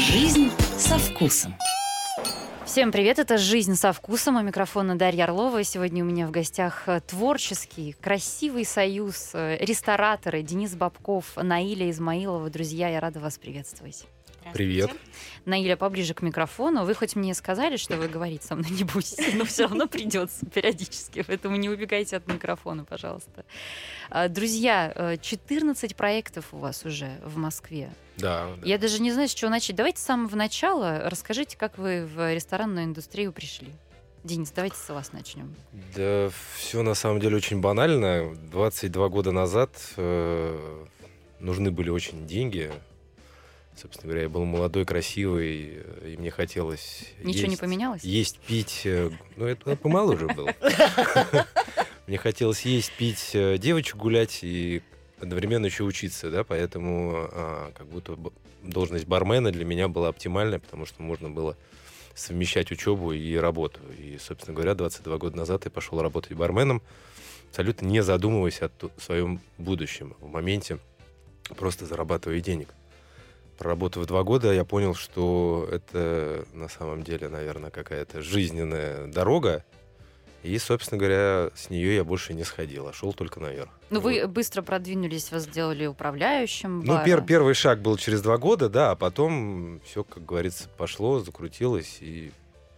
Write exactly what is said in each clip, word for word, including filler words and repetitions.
Жизнь со вкусом. Всем привет, это «Жизнь со вкусом», у микрофона Дарья Орлова. Сегодня у меня в гостях творческий, красивый союз, рестораторы Денис Бобков, Наиля Измаилова. Друзья, я рада вас приветствовать. Привет. Наиля, поближе к микрофону. Вы хоть мне сказали, что вы говорить со мной не будете, но все равно придется периодически, поэтому не убегайте от микрофона, пожалуйста. Друзья, четырнадцать проектов у вас уже в Москве. Да, да. Я даже не знаю, с чего начать. Давайте с самого начала расскажите, как вы в ресторанную индустрию пришли. Денис, давайте с вас начнем. Да, все на самом деле очень банально. двадцать два года назад э, нужны были очень деньги. Собственно говоря, я был молодой, красивый, и мне хотелось Ничего есть, не поменялось? Есть, пить. Ну, это помалу уже было. Мне хотелось есть, пить, девочек гулять и одновременно еще учиться, да, поэтому а, как будто должность бармена для меня была оптимальная, потому что можно было совмещать учебу и работу. И, собственно говоря, двадцать два года назад я пошел работать барменом, абсолютно не задумываясь о своем будущем. В моменте просто зарабатывая денег. Проработав два года, я понял, что это на самом деле, наверное, какая-то жизненная дорога. И, собственно говоря, с нее я больше не сходил, а шел только наверх. Ну, вот. Вы быстро продвинулись, вас сделали управляющим Ну, бара. пер- первый шаг был через два года, да, а потом все, как говорится, пошло, закрутилось, и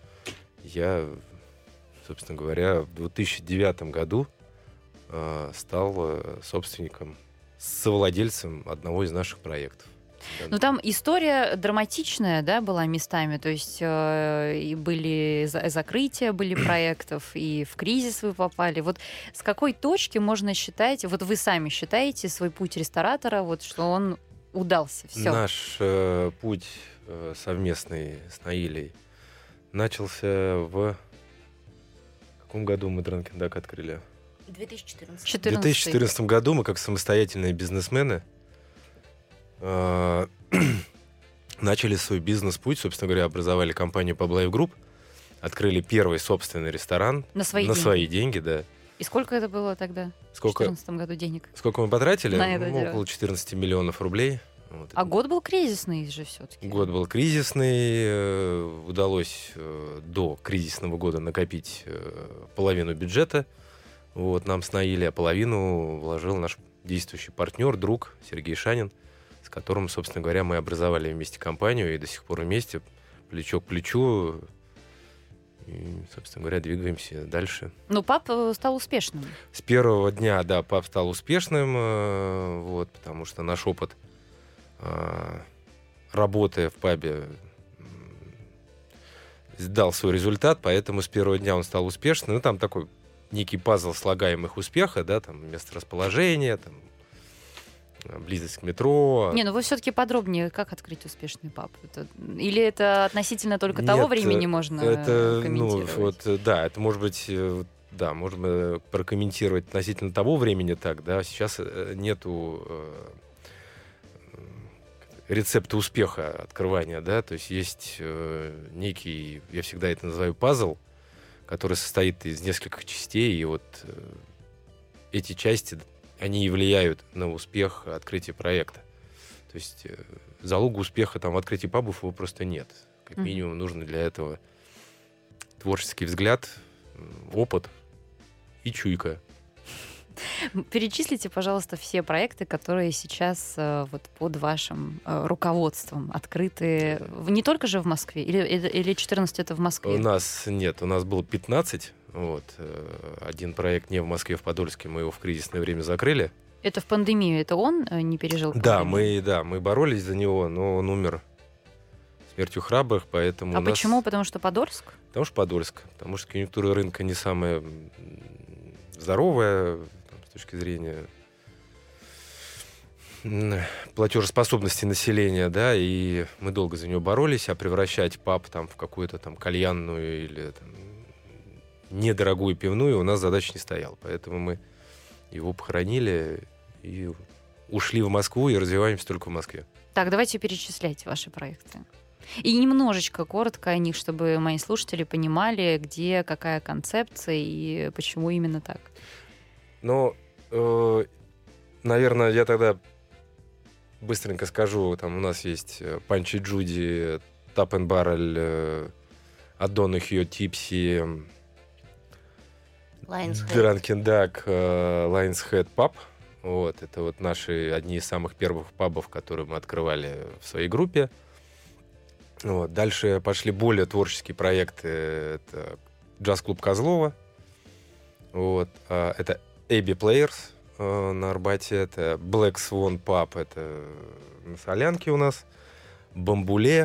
я, собственно говоря, в две тысячи девятом году э, стал э, собственником, совладельцем одного из наших проектов. Ну, там история драматичная, да, была местами, то есть э, и были за- закрытия, были проектов, и в кризис вы попали. Вот с какой точки можно считать, вот вы сами считаете свой путь ресторатора, вот что он удался, все? Наш э, путь э, совместный с Наилей начался в... В каком году мы Дранкендак открыли? две тысячи четырнадцатом. В две тысячи четырнадцатом году мы, как самостоятельные бизнесмены, начали свой бизнес-путь, собственно говоря, образовали компанию Pub Life Group, открыли первый собственный ресторан На свои на деньги? свои деньги, да. И сколько это было тогда, в Сколько, две тысячи четырнадцатом году, денег? сколько мы потратили? На это Ну, дело. около четырнадцать миллионов рублей. Вот. А год был кризисный же все-таки. Год был кризисный, э, удалось э, до кризисного года накопить э, половину бюджета. Вот, нам с Наилей, а половину вложил наш действующий партнер, друг Сергей Шанин, с которым, собственно говоря, мы образовали вместе компанию и до сих пор вместе, плечо к плечу. И, собственно говоря, двигаемся дальше. Ну, пап стал успешным. С первого дня, да, пап стал успешным, э, вот, потому что наш опыт, э, работая в пабе, э, дал свой результат, поэтому с первого дня он стал успешным. Ну, там такой некий пазл слагаемых успеха, да, там месторасположение, там, близость к метро. Не, ну вы все-таки подробнее, как открыть успешный паб? Это... Или это относительно только Нет, того времени можно это, комментировать? Ну, вот, да, это может быть, да, можно прокомментировать относительно того времени так, да, сейчас нету э, рецепта успеха открывания, да, то есть есть э, некий, я всегда это называю пазл, который состоит из нескольких частей, и вот э, эти части, они и влияют на успех открытия проекта. То есть э, залога успеха там в открытии пабов его просто нет. Как Mm-hmm. минимум нужно для этого творческий взгляд, опыт и чуйка. Перечислите, пожалуйста, все проекты, которые сейчас э, вот под вашим э, руководством открыты в- не только же в Москве, или, или или четырнадцать это в Москве? У нас нет, у нас было пятнадцать. Вот. э, Один проект не в Москве, в Подольске, мы его в кризисное время закрыли. Это в пандемию, это он э, не пережил Да, пандемию? мы, да, мы боролись за него, но он умер смертью храбрых, поэтому... А у нас- почему? Потому что Подольск? Потому что Подольск. Потому что конъюнктура рынка не самая м, здоровая там, с точки зрения м, платежеспособности населения, да, и мы долго за нее боролись, а превращать паб там в какую-то там кальянную или там, недорогую пивную у нас задача не стояла. Поэтому мы его похоронили и ушли в Москву и развиваемся только в Москве. Так, давайте перечислять ваши проекты. И немножечко коротко о них, чтобы мои слушатели понимали, где какая концепция и почему именно так. Ну, э, наверное, я тогда быстренько скажу, там у нас есть Панчи Джуди, Tap and Barrel, O'Donoghue, Tipsy, Lion's Head. Drunken Duck, Lion's Head Pub. Вот, это вот наши одни из самых первых пабов, которые мы открывали в своей группе. Вот. Дальше пошли более творческие проекты. Это джаз-клуб Козлова. Вот. Это Abbey Players на Арбате. Это Black Swan Pub. Это на Солянке у нас. Бамбуле.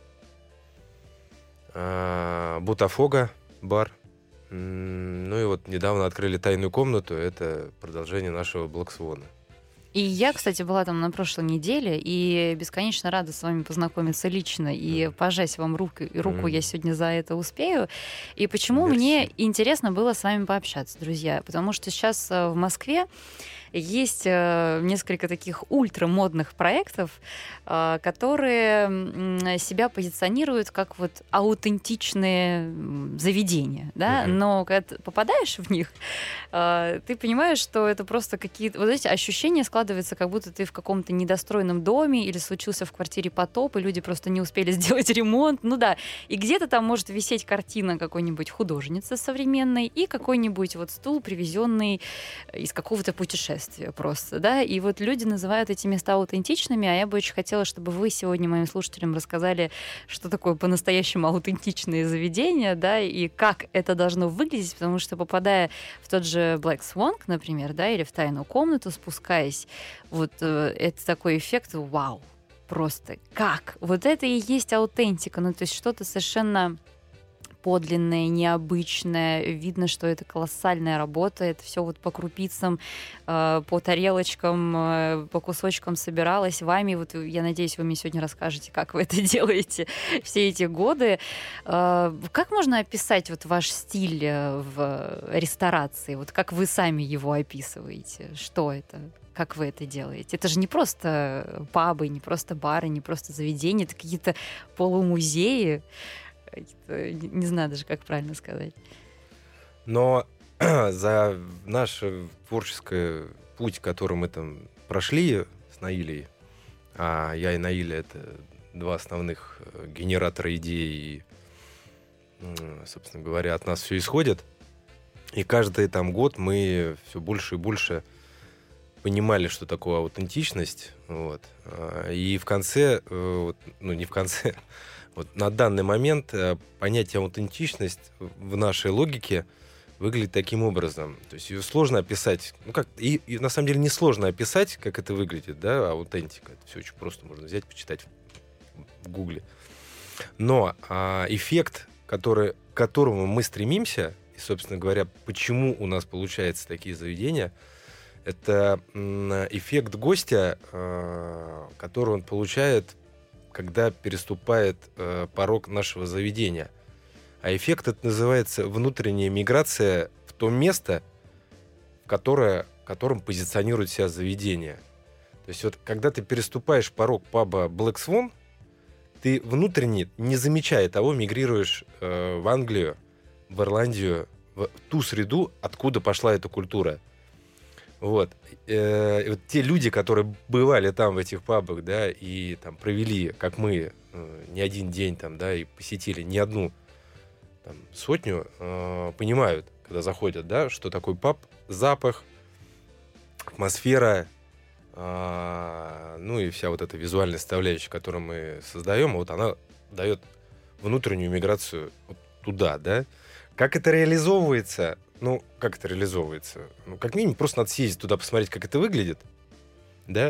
Бутафога бар. Ну и вот недавно открыли тайную комнату. Это продолжение нашего Black Swan. И я, кстати, была там на прошлой неделе, и бесконечно рада с вами познакомиться лично, и пожать вам руку, руку я сегодня за это успею. И почему Мерси. мне интересно было с вами пообщаться, друзья? Потому что сейчас в Москве есть несколько таких ультрамодных проектов, которые себя позиционируют как вот аутентичные заведения, да? Mm-hmm. Но когда ты попадаешь в них, ты понимаешь, что это просто какие-то... Вот эти ощущения складываются, как будто ты в каком-то недостроенном доме или случился в квартире потоп, и люди просто не успели сделать ремонт. Ну да, и где-то там может висеть картина какой-нибудь художницы современной и какой-нибудь вот стул, привезенный из какого-то путешествия просто, да, и вот люди называют эти места аутентичными, а я бы очень хотела, чтобы вы сегодня моим слушателям рассказали, что такое по-настоящему аутентичные заведения, да, и как это должно выглядеть, потому что, попадая в тот же Black Swan, например, да, или в тайную комнату, спускаясь, вот э, это такой эффект вау, просто как? Вот это и есть аутентика, ну, то есть что-то совершенно подлинное, необычное. Видно, что это колоссальная работа. Это все вот по крупицам, э, по тарелочкам, э, по кусочкам собиралось вами. Вот я надеюсь, вы мне сегодня расскажете, как вы это делаете все эти годы. Э, как можно описать вот ваш стиль в ресторации? Вот как вы сами его описываете? Что это? Как вы это делаете? Это же не просто пабы, не просто бары, не просто заведения, это какие-то полумузеи. Не знаю даже, как правильно сказать. Но за наш творческий путь, который мы там прошли с Наилей, а я и Наиля — это два основных генератора идей, и, собственно говоря, от нас все исходит. И каждый там год мы все больше и больше понимали, что такое аутентичность. Вот. И в конце, ну не в конце, вот на данный момент понятие аутентичность в нашей логике выглядит таким образом. То есть ее сложно описать. Ну как, и, и на самом деле не сложно описать, как это выглядит, да, аутентика. Это все очень просто, можно взять, почитать в Гугле. Но а, эффект, который, к которому мы стремимся, и, собственно говоря, почему у нас получаются такие заведения, это эффект гостя, который он получает, когда переступает порог нашего заведения. А эффект это называется внутренняя миграция в то место, в которое, в котором позиционирует себя заведение. То есть вот когда ты переступаешь порог паба Black Swan, ты внутренне, не замечая того, мигрируешь э, в Англию, в Ирландию, в ту среду, откуда пошла эта культура. Вот. Э, и вот те люди, которые бывали там в этих пабах, да, и там провели, как мы, э, не один день там, да, и посетили не одну там, сотню, э, понимают, когда заходят, да, что такое паб, запах, атмосфера, э, ну и вся вот эта визуальная составляющая, которую мы создаем, вот она дает внутреннюю миграцию вот туда, да. Как это реализовывается? Ну, как это реализовывается? Ну, как минимум, просто надо съездить туда, посмотреть, как это выглядит, да,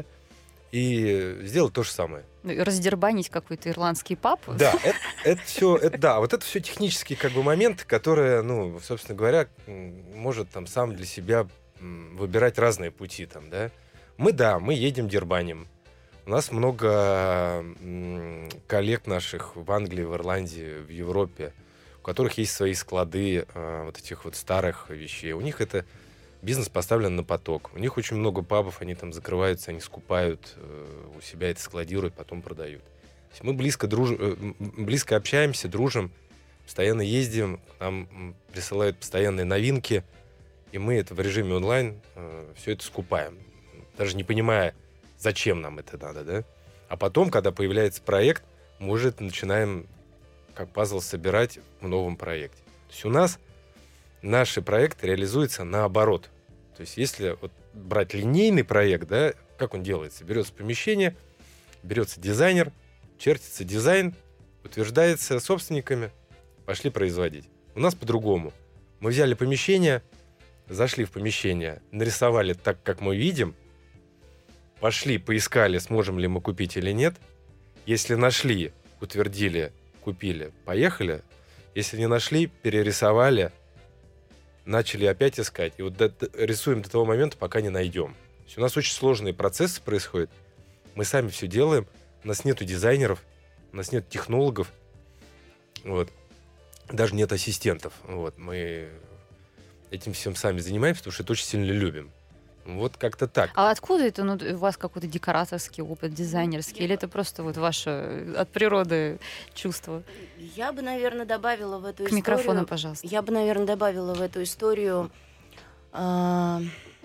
и сделать то же самое. Раздербанить какой-то ирландский паб. Да, это, это все, это, да, вот это все технические как бы моменты, которые, ну, собственно говоря, может там сам для себя выбирать разные пути там, да. Мы, да, мы едем дербаним. У нас много коллег наших в Англии, в Ирландии, в Европе, у которых есть свои склады э, вот этих вот старых вещей. У них это бизнес поставлен на поток. У них очень много пабов, они там закрываются, они скупают, э, у себя это складируют, потом продают. То есть мы близко, друж... э, близко общаемся, дружим, постоянно ездим, нам присылают постоянные новинки, и мы это в режиме онлайн э, все это скупаем. Даже не понимая, зачем нам это надо, да? А потом, когда появляется проект, мы уже это начинаем как пазл собирать в новом проекте. То есть у нас наши проекты реализуются наоборот. То есть если вот брать линейный проект, да, как он делается? Берется помещение, берется дизайнер, чертится дизайн, утверждается собственниками, пошли производить. У нас по-другому. Мы взяли помещение, зашли в помещение, нарисовали так, как мы видим, пошли, поискали, сможем ли мы купить или нет. Если нашли, утвердили, купили, поехали. Если не нашли, перерисовали, начали опять искать. И вот до, рисуем до того момента, пока не найдем. То есть у нас очень сложные процессы происходят. Мы сами все делаем. У нас нету дизайнеров, у нас нет технологов. Вот. Даже нет ассистентов. Вот. Мы этим всем сами занимаемся, потому что это очень сильно любим. Вот как-то так. А откуда это? Ну, у вас какой-то декораторский опыт, дизайнерский? Или это просто вот ваше от природы чувство? Я бы, наверное, добавила в эту К историю... микрофону, пожалуйста. Я бы, наверное, добавила в эту историю э,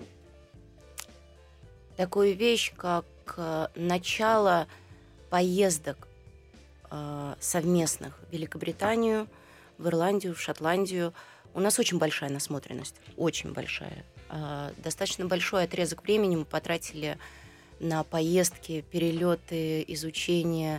такую вещь, как э, начало поездок э, совместных в Великобританию, в Ирландию, в Шотландию. У нас очень большая насмотренность, очень большая. Достаточно большой отрезок времени мы потратили на поездки, перелеты, изучение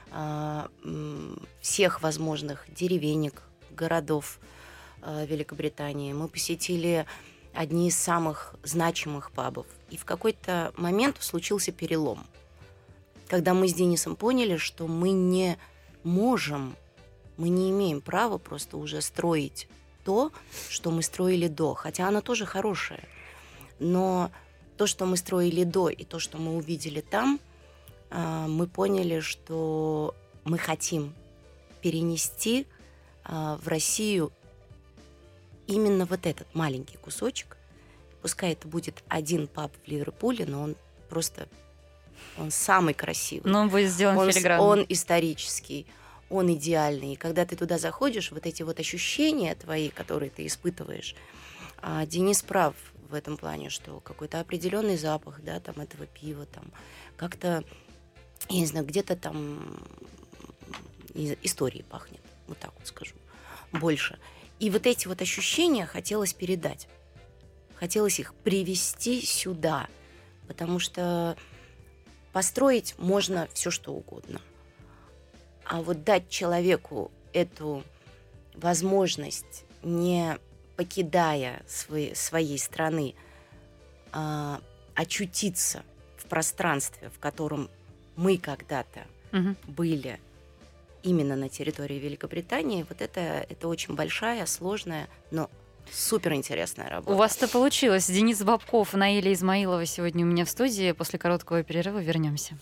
всех возможных деревенек, городов Великобритании. Мы посетили одни из самых значимых пабов. И в какой-то момент случился перелом, когда мы с Денисом поняли, что мы не можем, мы не имеем права просто уже строить то, что мы строили до, хотя оно тоже хорошее. Но то, что мы строили до, и то, что мы увидели там, мы поняли, что мы хотим перенести в Россию именно вот этот маленький кусочек. Пускай это будет один паб в Ливерпуле, но он просто, он самый красивый. Но он будет сделан он, филигранно. Он исторический. Он идеальный. И когда ты туда заходишь, вот эти вот ощущения твои, которые ты испытываешь, а, Денис прав в этом плане, что какой-то определенный запах, да, там этого пива, там как-то, я не знаю, где-то там историей пахнет, вот так вот скажу, больше. И вот эти вот ощущения хотелось передать. Хотелось их привести сюда, потому что построить можно все что угодно. А вот дать человеку эту возможность, не покидая свои, своей страны, а, очутиться в пространстве, в котором мы когда-то угу. были именно на территории Великобритании, вот это, это очень большая, сложная, но суперинтересная работа. У вас-то получилось. Денис Бобков, Наиля Измаилова сегодня у меня в студии. После короткого перерыва вернемся.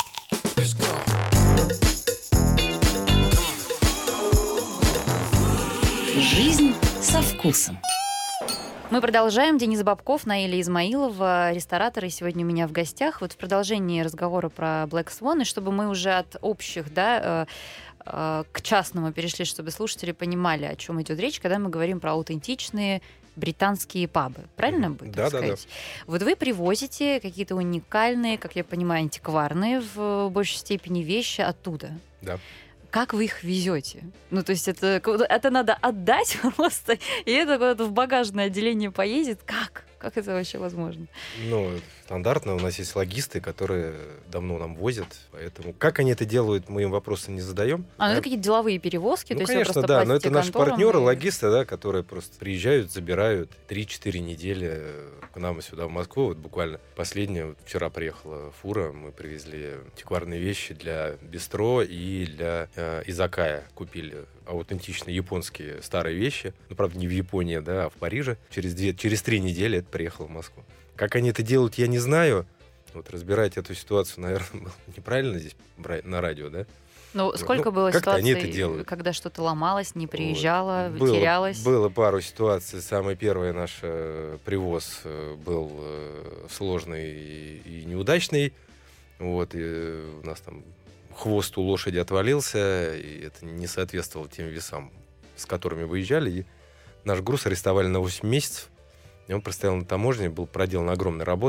Жизнь со вкусом. Мы продолжаем. Денис Бобков, Наиля Измаилова, рестораторы сегодня у меня в гостях. Вот в продолжении разговора про Black Swan, и чтобы мы уже от общих, да, э, э, к частному перешли, чтобы слушатели понимали, о чем идет речь, когда мы говорим про аутентичные британские пабы. Правильно будет да, сказать? Да, да. Вот вы привозите какие-то уникальные, как я понимаю, антикварные в большей степени вещи оттуда. Да. Как вы их везете? Ну, то есть это, это надо отдать просто, и это куда-то в багажное отделение поедет. Как? Как это вообще возможно? Ну, стандартно у нас есть логисты, которые давно нам возят, поэтому как они это делают, мы им вопросы не задаем. А, ну да? это какие-то деловые перевозки? Ну, то есть конечно, вы да, но это наши партнеры, и... логисты, да, которые просто приезжают, забирают три-четыре недели к нам сюда, в Москву. Вот буквально последняя, вот вчера приехала фура, мы привезли антикварные вещи для бистро и для э, изакая. Купили аутентичные японские старые вещи. Ну, правда, не в Японии, да, а в Париже. Через, две, через три недели это приехало в Москву. Как они это делают, я не знаю. Вот разбирать эту ситуацию, наверное, было неправильно здесь на радио, да? Ну, сколько ну, было ситуаций, когда что-то ломалось, не приезжало, вот. было, терялось? Было пару ситуаций. Самый первый наш э, привоз э, был э, сложный и, и неудачный. Вот, и у нас там хвост у лошади отвалился, и это не соответствовало тем весам, с которыми выезжали. И наш груз арестовали на восемь месяцев, и он простоял на таможне, был проделан огромная работа.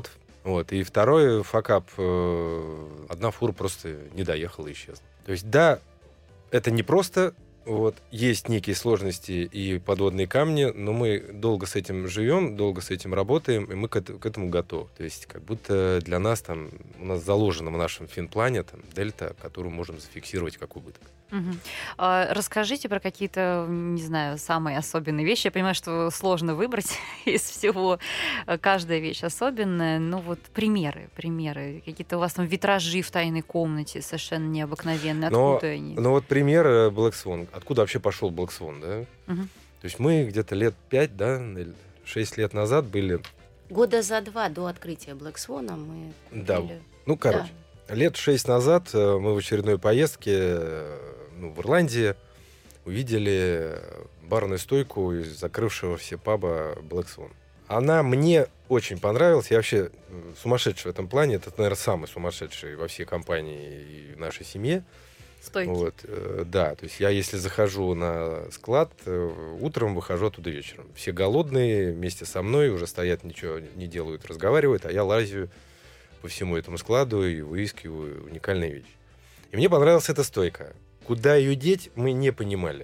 Вот. И второй факап, э, одна фура просто не доехала и исчезла. То есть, да, это не просто, вот, есть некие сложности и подводные камни, но мы долго с этим живем, долго с этим работаем, и мы к, это, к этому готовы. То есть, как будто для нас там, у нас заложено в нашем финплане там, дельта, которую можем зафиксировать как убыток. Мгм. А, Расскажите про какие-то, не знаю, самые особенные вещи. Я понимаю, что сложно выбрать из всего. э, Каждая вещь особенная. Ну вот примеры, примеры. Какие-то у вас там витражи в тайной комнате совершенно необыкновенные. Но, Откуда они? но вот пример э, Black Swan. Откуда вообще пошел Black Swan, да? Мгм. То есть мы где-то лет пять, да, или шесть лет назад были, Года за два до открытия Black Swan мы да, купили- ну, короче, лет шесть назад э, мы в очередной поездке э, ну, в Ирландии увидели э, барную стойку из закрывшегося паба Black Swan. Она мне очень понравилась. Я вообще э, сумасшедший в этом плане. Это, наверное, самый сумасшедший во всей компании и в нашей семье. Стойки. Вот, э, да, то есть я, если захожу на склад, э, утром выхожу оттуда вечером. Все голодные, вместе со мной уже стоят, ничего не делают, разговаривают, а я лазю по всему этому складу и выискиваю уникальные вещи. И мне понравилась эта стойка. Куда ее деть, мы не понимали.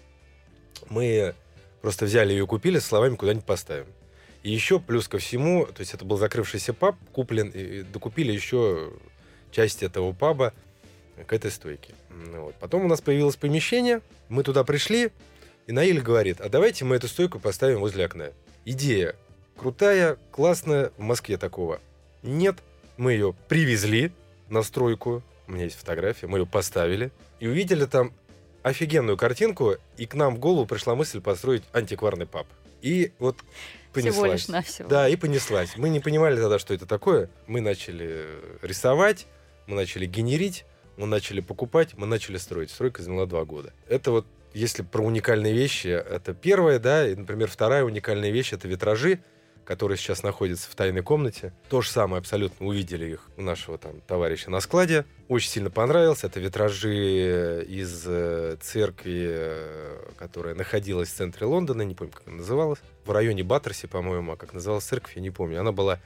Мы просто взяли ее, купили, со словами «куда-нибудь поставим». И еще плюс ко всему, то есть это был закрывшийся паб, куплен, и докупили еще часть этого паба к этой стойке. Ну вот. Потом у нас появилось помещение, мы туда пришли, и Наиль говорит, а давайте мы эту стойку поставим возле окна. Идея крутая, классная, в Москве такого нет. Мы ее привезли на стройку, у меня есть фотография, мы ее поставили, и увидели там офигенную картинку, и к нам в голову пришла мысль построить антикварный паб. И вот понеслась. Всего лишь навсего. Да, и понеслась. Мы не понимали тогда, что это такое. Мы начали рисовать, мы начали генерить, мы начали покупать, мы начали строить. Стройка заняла два года. Это вот, если про уникальные вещи, это первое, да, и, например, вторая уникальная вещь — это витражи, которые сейчас находятся в тайной комнате. То же самое абсолютно увидели их у нашего там товарища на складе. Очень сильно понравилось. Это витражи из э, церкви, э, которая находилась в центре Лондона, не помню, как она называлась. В районе Баттерси, по-моему, а как называлась церковь, я не помню. Она была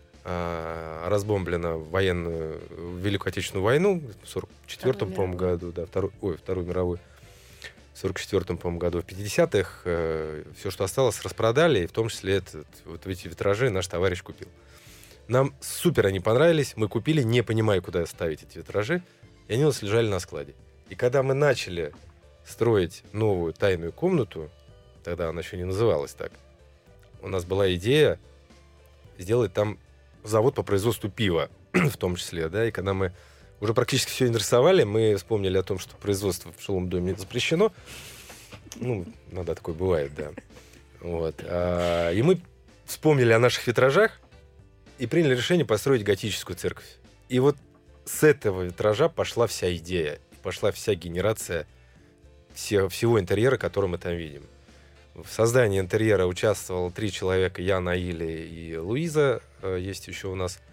э, разбомблена в военную, в Великую Отечественную войну в сорок четвёртом, по-моему, году. Да, вторую, ой, Вторую мировую. В сорок четвёртом, по-моему, году. В пятидесятых э, все, что осталось, распродали, и в том числе этот, вот эти витражи наш товарищ купил. Нам супер они понравились, мы купили, не понимая, куда ставить эти витражи, и они у нас лежали на складе. И когда мы начали строить новую тайную комнату, тогда она еще не называлась так, у нас была идея сделать там завод по производству пива, в том числе, да, и когда мы уже практически все нарисовали, мы вспомнили о том, что производство в жилом доме запрещено. Ну, иногда такое бывает, да. Вот. А, и мы вспомнили о наших витражах и приняли решение построить готическую церковь. И вот с этого витража пошла вся идея, пошла вся генерация все, всего интерьера, который мы там видим. В создании интерьера участвовало три человека: я, Наиля и Луиза. Есть еще у нас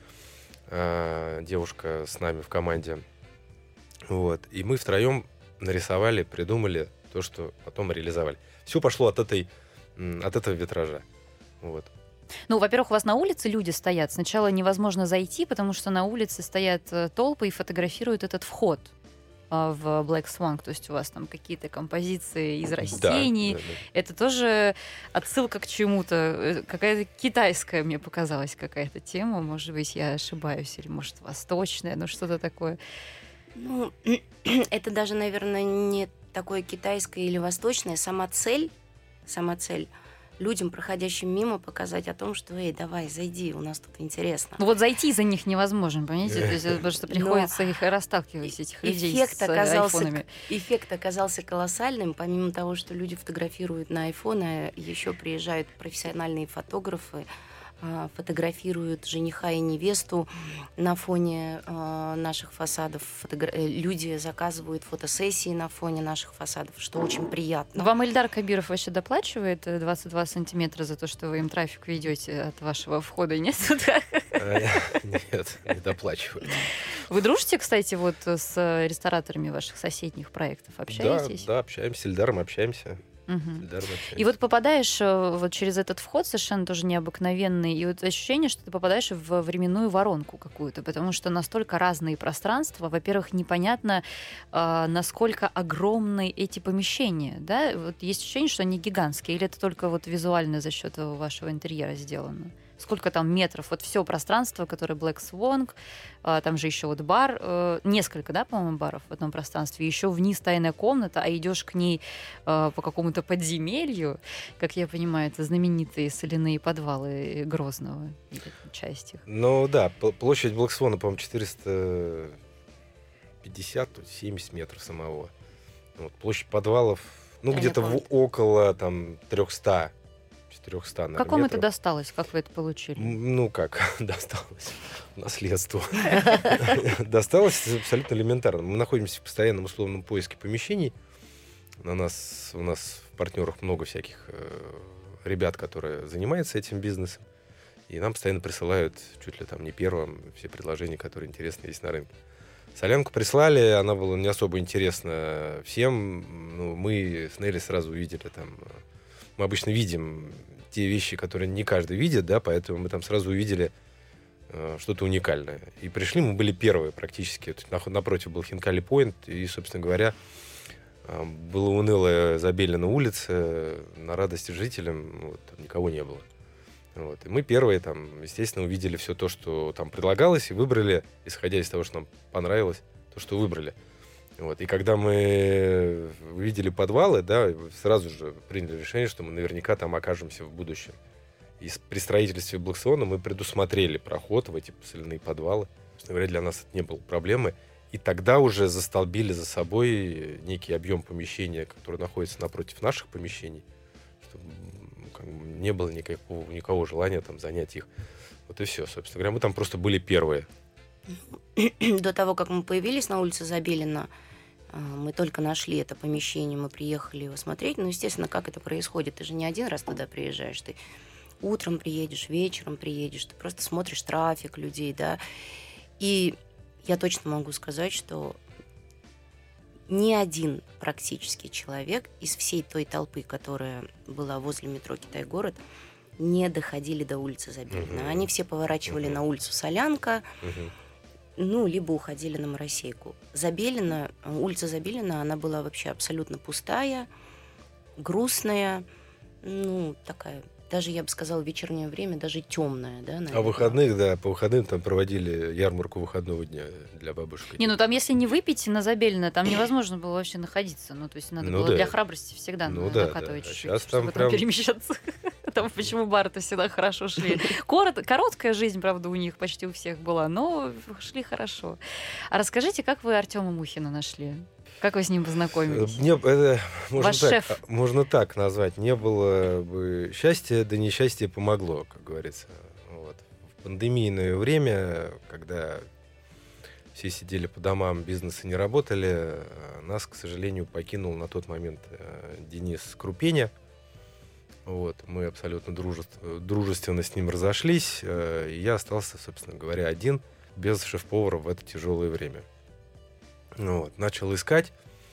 девушка с нами в команде. Вот. И мы втроем нарисовали, придумали то, что потом реализовали. Все пошло от этой, от этого витража. Вот. Ну, во-первых, у вас на улице люди стоят. Сначала невозможно зайти, потому что на улице стоят э, толпы и фотографируют этот вход э, в Black Swan. То есть у вас там какие-то композиции из растений. Да, да, да. Это тоже отсылка к чему-то. Э, Какая-то китайская, мне показалась, какая-то тема. Может быть, я ошибаюсь. Или, может, восточная, ну что-то такое. Ну, это даже, наверное, не такое китайское или восточное. Сама цель, сама цель людям, проходящим мимо, показать о том, что, эй, давай, зайди, у нас тут интересно. Ну вот зайти за них невозможно, понимаете? То есть, потому что приходится Но их расталкивать, этих людей эффект с оказался, айфонами. эффект оказался колоссальным. Помимо того, что люди фотографируют на айфоны, еще приезжают профессиональные фотографы, а, фотографируют жениха и невесту на фоне а, наших фасадов. Фотогра- э, Люди заказывают фотосессии на фоне наших фасадов, что очень приятно. Вам Ильдар Кабиров вообще доплачивает э, двадцать два сантиметра за то, что вы им трафик ведете от вашего входа? Нет? Нет, не доплачивают. Вы дружите, кстати, вот с рестораторами ваших соседних проектов? Общаетесь? Да, да, общаемся, с Ильдаром общаемся. Мгм. солидарное общение. И вот попадаешь э, вот через этот вход совершенно тоже необыкновенный, и вот ощущение, что ты попадаешь в временную воронку какую-то, потому что настолько разные пространства. Во-первых, непонятно, а, насколько огромны эти помещения, да? Вот есть ощущение, что они гигантские, или это только вот визуально за счет вашего интерьера сделано? Сколько там метров? Вот все пространство, которое Black Swan, а, там же еще вот бар, э, несколько, да, по-моему, баров в одном пространстве, еще вниз тайная комната, а идешь к ней э, по какому-то подземелью, как я понимаю, это знаменитые соляные подвалы Грозного, или часть их. Ну да, пл- площадь Black Swan, по-моему, четыреста пятьдесят семьдесят метров самого. Вот, площадь подвалов, ну, Тайная где-то в, комната. около там триста четыреста, наверное, Как вам это метров. досталось? Как вы это получили? М, Ну как, досталось наследство. Досталось абсолютно элементарно. Мы находимся в постоянном условном поиске помещений. На нас, у нас в партнерах много всяких э, ребят, которые занимаются этим бизнесом. И нам постоянно присылают чуть ли там не первым все предложения, которые интересны есть на рынке. Солянку прислали, она была не особо интересна всем. Ну, мы с Нелли сразу увидели там... э, Мы обычно видим те вещи, которые не каждый видит, да, поэтому мы там сразу увидели э, что-то уникальное. И пришли, мы были первые практически. Тут нах- напротив был Хинкали Пойнт, и, собственно говоря, э, было унылое Забелина улица, на радость жителям, ну, вот, там никого не было. Вот. И мы первые, там, естественно, увидели все то, что там предлагалось, и выбрали, исходя из того, что нам понравилось, то, что выбрали. Вот. И когда мы увидели подвалы, да, сразу же приняли решение, что мы наверняка там окажемся в будущем. И с- при строительстве Black Swan мы предусмотрели проход в эти соляные подвалы. Собственно говоря, для нас это не было проблемы. И тогда уже застолбили за собой некий объем помещения, который находится напротив наших помещений, чтобы м, как бы не было никакого, никакого желания там занять их. Вот и все, собственно говоря. Мы там просто были первые. До того, как мы появились на улице Забелина, а, мы только нашли это помещение, мы приехали его смотреть. Ну, естественно, как это происходит? Ты же не один раз туда приезжаешь, ты утром приедешь, вечером приедешь, ты просто смотришь трафик людей, да. И я точно могу сказать, что ни один практически человек из всей той толпы, которая была возле метро Китай-город, не доходили до улицы Забелина. Мгм. Они все поворачивали Мгм. на улицу Солянка, Мгм. ну, либо уходили на Моросейку. Забелина, улица Забелина, она была вообще абсолютно пустая, грустная, ну, такая, даже, я бы сказала, в вечернее время, даже темная, да, А наверное. в выходных, да, по выходным там проводили ярмарку выходного дня для бабушек. Не, ну там, если не выпить на Забелина, там невозможно было вообще находиться. Ну, то есть надо Ну было да. для храбрости всегда Ну на- да, накатывать да. А чуть-чуть, щас там чтобы прям- там перемещаться. Там почему бары-то всегда хорошо шли. Корот- Короткая жизнь, правда, у них почти у всех была, но шли хорошо. А расскажите, как вы Артема Мухина нашли? Как вы с ним познакомились? Не, это можно, Ваш так, шеф. а, можно так назвать. Не было бы счастья, да несчастье помогло, как говорится. Вот. В пандемийное время, когда все сидели по домам, бизнесы не работали, э, нас, к сожалению, покинул на тот момент э, Денис Крупеня. Вот. Мы абсолютно дружеств- дружественно с ним разошлись. э, И я остался, собственно говоря, один, без шеф-повара в это тяжелое время. Ну вот, начал искать,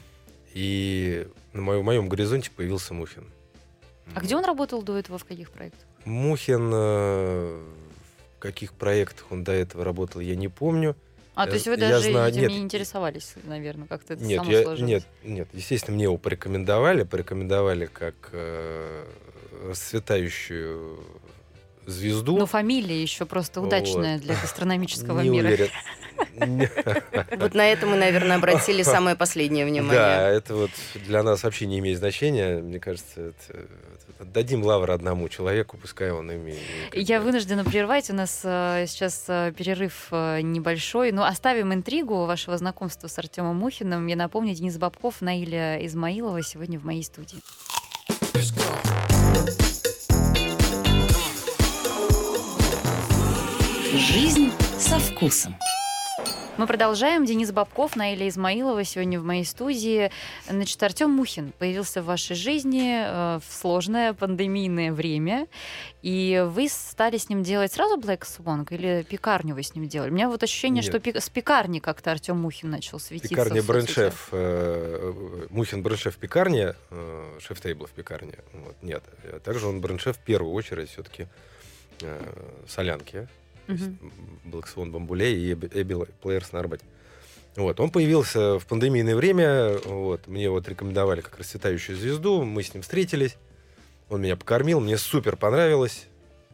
и на моем, моем горизонте появился Мухин. А где он работал до этого, в каких проектах? Мухин, э, в каких проектах он до этого работал, я не помню. А, Я- то есть вы я даже знаю- этим нет. не интересовались, наверное, как-то это Нет, само я, сложилось? нет, нет, естественно, мне его порекомендовали, порекомендовали как э, расцветающую звезду. Ну, фамилия еще просто Вот. удачная для гастрономического Не мира. уверен. Вот на это мы, наверное, обратили самое последнее Да, внимание. это вот для нас вообще не имеет значения. Мне кажется, это, это- отдадим лавр одному человеку, пускай он ими... как Я бы- вынуждена прервать. У нас э, сейчас э, перерыв э, небольшой. Но оставим интригу вашего знакомства с Артемом Мухиным. Я напомню, Денис Бабков, Наиля Измаилова сегодня в моей студии. Жизнь со вкусом. Мы продолжаем. Денис Бобков, Наиля Измаилова сегодня в моей студии. Значит, Артем Мухин появился в вашей жизни э, в сложное пандемийное время, и вы стали с ним делать сразу Black Swan или пекарню вы с ним делали? У меня вот ощущение, Нет. что пек- с пекарни как-то Артем Мухин начал светиться. Пекарня в бренд-шеф, э, Мухин бренд-шеф пекарня, э, шеф-тейбл в пекарне. Вот, нет. А также он бренд-шеф в первую очередь все-таки э, солянки. Мгм. Black Swan Бамбуле и Эбби Плеерс на Арбате. Вот. Он появился в пандемийное время. Вот. Мне вот рекомендовали как расцветающую звезду. Мы с ним встретились. Он меня покормил. Мне супер понравилось.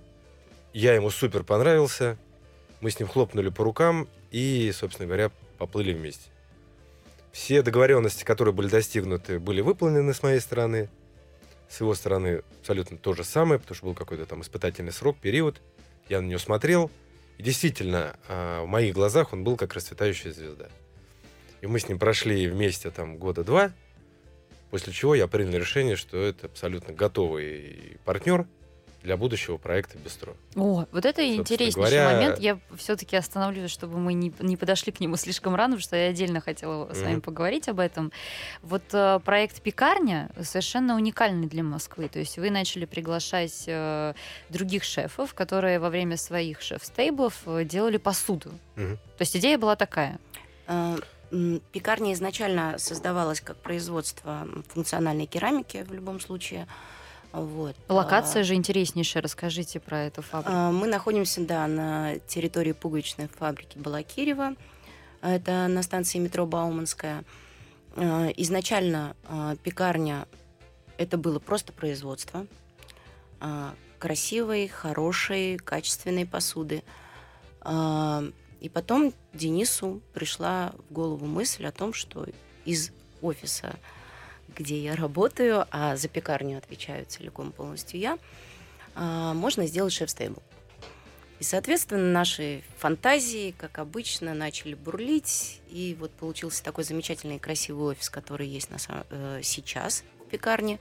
Я ему супер понравился. Мы с ним хлопнули по рукам и, собственно говоря, поплыли вместе. Все договоренности, которые были достигнуты, были выполнены с моей стороны. С его стороны абсолютно то же самое, потому что был какой-то там испытательный срок, период. Я на него смотрел, и действительно, в моих глазах он был как расцветающая звезда. И мы с ним прошли вместе там года два, после чего я принял решение, что это абсолютно готовый партнер для будущего проекта «Бистро». О, вот это интереснейший говоря, момент. Я все-таки остановлюсь, чтобы мы не, не подошли к нему слишком рано, потому что я отдельно хотела с вами Мгм. поговорить об этом. Вот э, проект «Пекарня» совершенно уникальный для Москвы. То есть вы начали приглашать э, других шефов, которые во время своих шеф-стейблов э, делали посуду. Мгм. То есть идея была такая. Э, м, Пекарня изначально создавалась как производство функциональной керамики в любом случае. Вот. Локация А, же интереснейшая. Расскажите про эту фабрику. а, Мы находимся, да, на территории пуговичной фабрики Балакирева. Это на станции метро Бауманская. А, Изначально а, пекарня — это было просто производство а, красивой, хорошей, качественной посуды. А, И потом Денису пришла в голову мысль о том, что из офиса, где я работаю, а за пекарню отвечаю целиком полностью я, а, можно сделать шеф-стейбл. И, соответственно, наши фантазии, как обычно, начали бурлить, и вот получился такой замечательный и красивый офис, который есть на сам- э, сейчас в пекарне.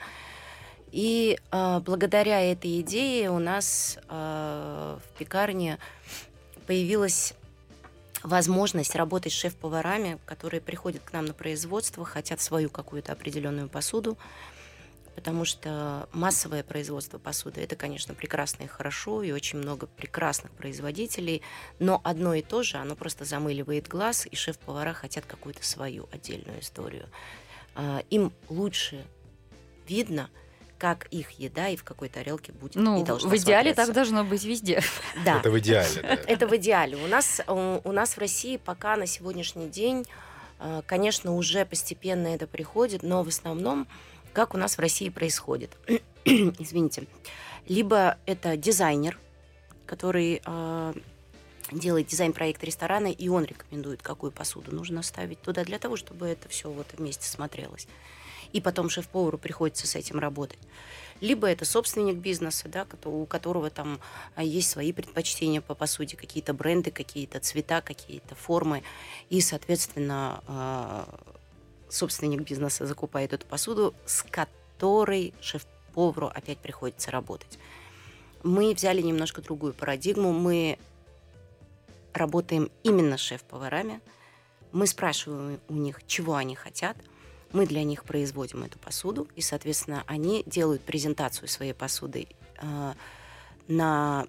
И а, благодаря этой идее у нас а, в пекарне появилась возможность работать с шеф-поварами, которые приходят к нам на производство, хотят свою какую-то определенную посуду, потому что массовое производство посуды — это, конечно, прекрасно и хорошо, и очень много прекрасных производителей, но одно и то же, оно просто замыливает глаз, и шеф-повара хотят какую-то свою отдельную историю. А, Им лучше видно, как их еда и в какой тарелке будет Ну, и должна в идеале смотреться. так должно быть везде. Да. Это в идеале, да. Это в идеале. У нас, у у нас в России пока на сегодняшний день, э, конечно, уже постепенно это приходит, но в основном, как у нас в России происходит, извините, либо это дизайнер, который э, делает дизайн-проект ресторана, и он рекомендует, какую посуду нужно ставить туда для того, чтобы это все вот вместе смотрелось. И потом шеф-повару приходится с этим работать. Либо это собственник бизнеса, да, кото- у которого там а, есть свои предпочтения по посуде, какие-то бренды, какие-то цвета, какие-то формы. И, соответственно, а, собственник бизнеса закупает эту посуду, с которой шеф-повару опять приходится работать. Мы взяли немножко другую парадигму. Мы работаем именно с шеф-поварами. Мы спрашиваем у них, чего они хотят. Мы для них производим эту посуду, и, соответственно, они делают презентацию своей посуды э, на,